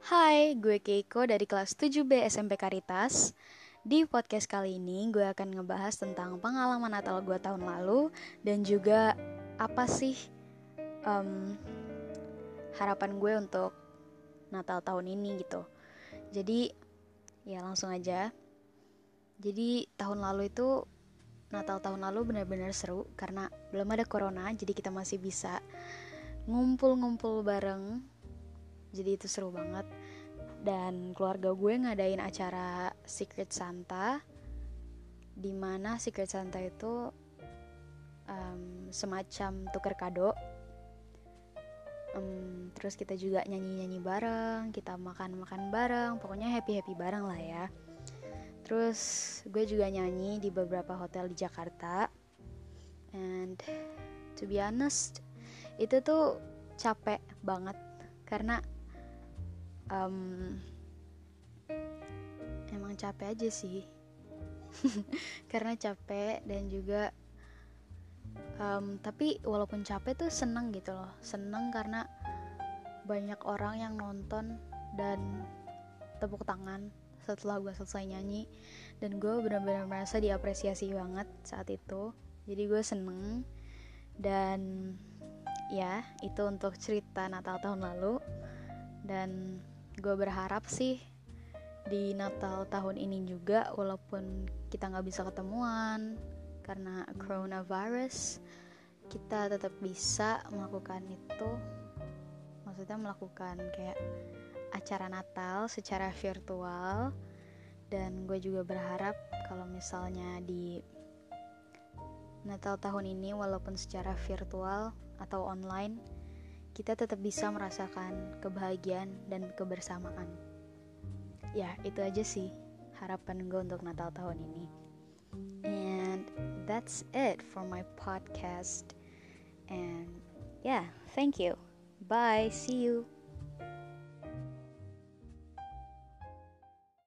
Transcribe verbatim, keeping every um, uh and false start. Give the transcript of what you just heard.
Hai, gue Keiko dari kelas tujuh B S M P Karitas. Di podcast kali ini gue akan ngebahas tentang pengalaman Natal gue tahun lalu dan juga apa sih um, harapan gue untuk Natal tahun ini gitu. Jadi ya langsung aja. Jadi tahun lalu itu Natal tahun lalu benar-benar seru karena belum ada corona, jadi kita masih bisa ngumpul-ngumpul bareng. Jadi itu seru banget. Dan keluarga gue ngadain acara Secret Santa, di mana Secret Santa itu um, semacam tuker kado. Um, terus kita juga nyanyi-nyanyi bareng, kita makan-makan bareng, pokoknya happy-happy bareng lah ya. Terus gue juga nyanyi di beberapa hotel di Jakarta. And to be honest, itu tuh capek banget karena um, emang capek aja sih. Karena capek dan juga um, tapi walaupun capek tuh seneng gitu loh, seneng karena banyak orang yang nonton dan tepuk tangan setelah gue selesai nyanyi, dan gue benar-benar merasa diapresiasi banget saat itu. Jadi gue seneng. Dan ya itu untuk cerita Natal tahun lalu. Dan gue berharap sih di Natal tahun ini juga, walaupun kita gak bisa ketemuan karena coronavirus, kita tetap bisa melakukan itu. Maksudnya melakukan kayak acara Natal secara virtual. Dan gue juga berharap kalau misalnya di Natal tahun ini, walaupun secara virtual atau online, kita tetap bisa merasakan kebahagiaan dan kebersamaan. Ya itu aja sih harapan gue untuk Natal tahun ini. And that's it for my podcast. And yeah, thank you. Bye, see you.